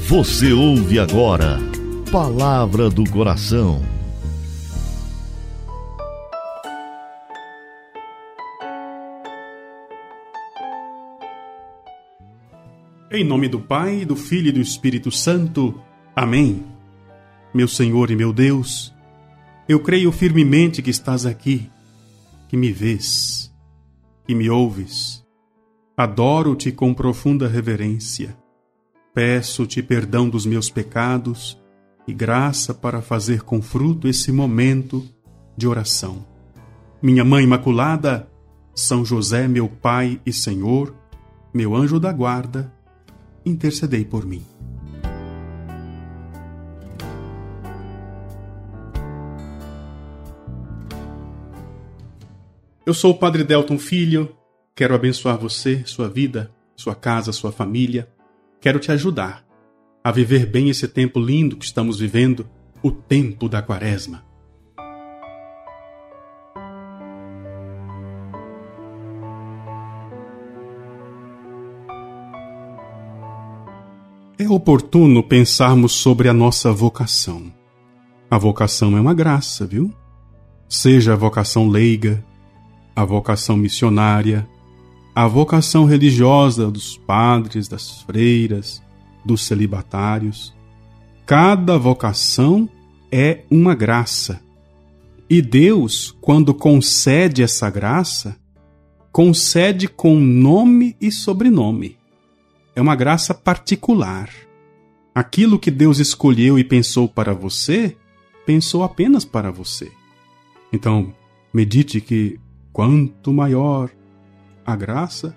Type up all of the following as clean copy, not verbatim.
Você ouve agora Palavra do Coração. Em nome do Pai, do Filho e do Espírito Santo. Amém. Meu Senhor e meu Deus, eu creio firmemente que estás aqui, que me vês, que me ouves. Adoro-te com profunda reverência. Peço-te perdão dos meus pecados e graça para fazer com fruto esse momento de oração. Minha Mãe Imaculada, São José, meu Pai e Senhor, meu anjo da guarda, intercedei por mim. Eu sou o Padre Delton Filho, quero abençoar você, sua vida, sua casa, sua família. Quero te ajudar a viver bem esse tempo lindo que estamos vivendo, o tempo da Quaresma. É oportuno pensarmos sobre a nossa vocação. A vocação é uma graça, viu? Seja a vocação leiga, a vocação missionária, a vocação religiosa dos padres, das freiras, dos celibatários. Cada vocação é uma graça. E Deus, quando concede essa graça, concede com nome e sobrenome. É uma graça particular. Aquilo que Deus escolheu e pensou para você, pensou apenas para você. Então, medite que quanto maior a graça,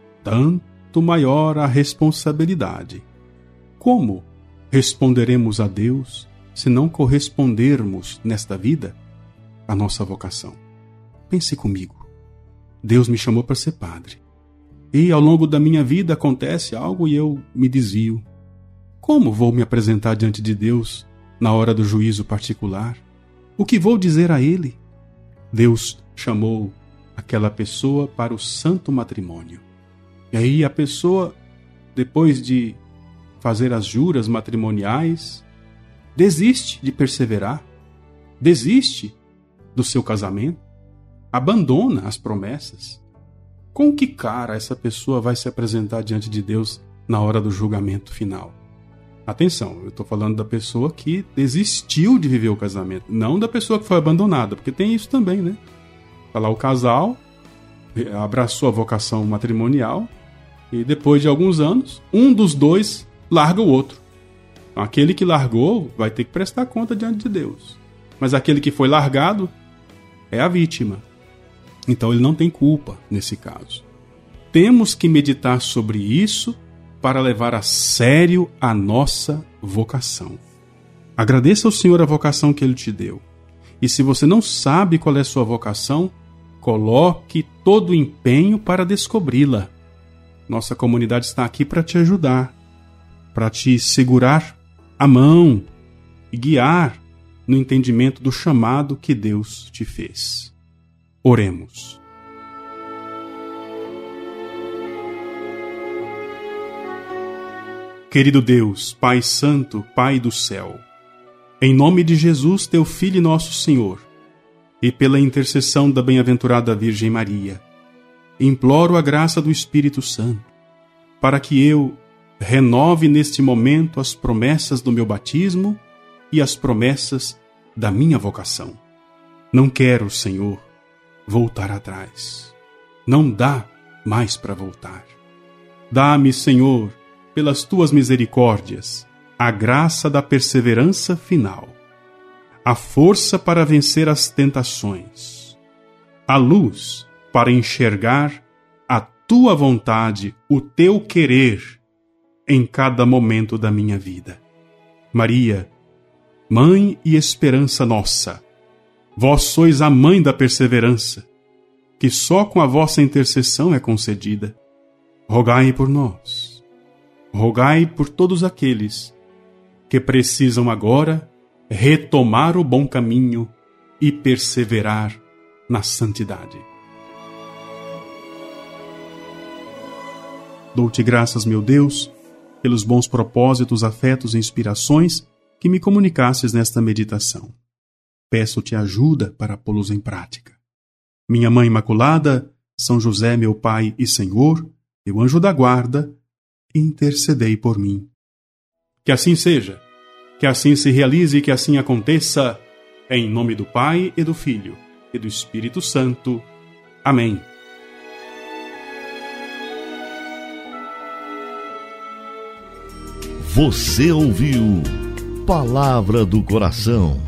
tanto maior a responsabilidade. Como responderemos a Deus se não correspondermos nesta vida à nossa vocação? Pense comigo. Deus me chamou para ser padre. E ao longo da minha vida acontece algo e eu me desvio. Como vou me apresentar diante de Deus na hora do juízo particular? O que vou dizer a Ele? Deus chamou aquela pessoa para o santo matrimônio. E aí a pessoa, depois de fazer as juras matrimoniais, desiste de perseverar, desiste do seu casamento, abandona as promessas. Com que cara essa pessoa vai se apresentar diante de Deus na hora do julgamento final? Atenção, eu estou falando da pessoa que desistiu de viver o casamento, não da pessoa que foi abandonada, porque tem isso também, né? Tá lá o casal, abraçou a vocação matrimonial e depois de alguns anos, um dos dois larga o outro. Aquele que largou vai ter que prestar conta diante de Deus. Mas aquele que foi largado é a vítima. Então ele não tem culpa nesse caso. Temos que meditar sobre isso para levar a sério a nossa vocação. Agradeça ao Senhor a vocação que Ele te deu. E se você não sabe qual é a sua vocação, coloque todo o empenho para descobri-la. Nossa comunidade está aqui para te ajudar, para te segurar a mão e guiar no entendimento do chamado que Deus te fez. Oremos. Querido Deus, Pai Santo, Pai do céu, em nome de Jesus, teu Filho e nosso Senhor, e pela intercessão da bem-aventurada Virgem Maria, imploro a graça do Espírito Santo, para que eu renove neste momento as promessas do meu batismo e as promessas da minha vocação. Não quero, Senhor, voltar atrás. Não dá mais para voltar. Dá-me, Senhor, pelas tuas misericórdias, a graça da perseverança final, a força para vencer as tentações, a luz para enxergar a tua vontade, o teu querer em cada momento da minha vida. Maria, Mãe e esperança nossa, vós sois a mãe da perseverança, que só com a vossa intercessão é concedida. Rogai por nós. Rogai por todos aqueles que precisam agora retomar o bom caminho e perseverar na santidade. Dou-te graças, meu Deus, pelos bons propósitos, afetos e inspirações que me comunicasses nesta meditação. Peço-te ajuda para pô-los em prática. Minha Mãe Imaculada, São José, meu Pai e Senhor, meu anjo da guarda, intercedei por mim. Que assim seja, que assim se realize e que assim aconteça, em nome do Pai e do Filho e do Espírito Santo. Amém. Você ouviu Palavra do Coração.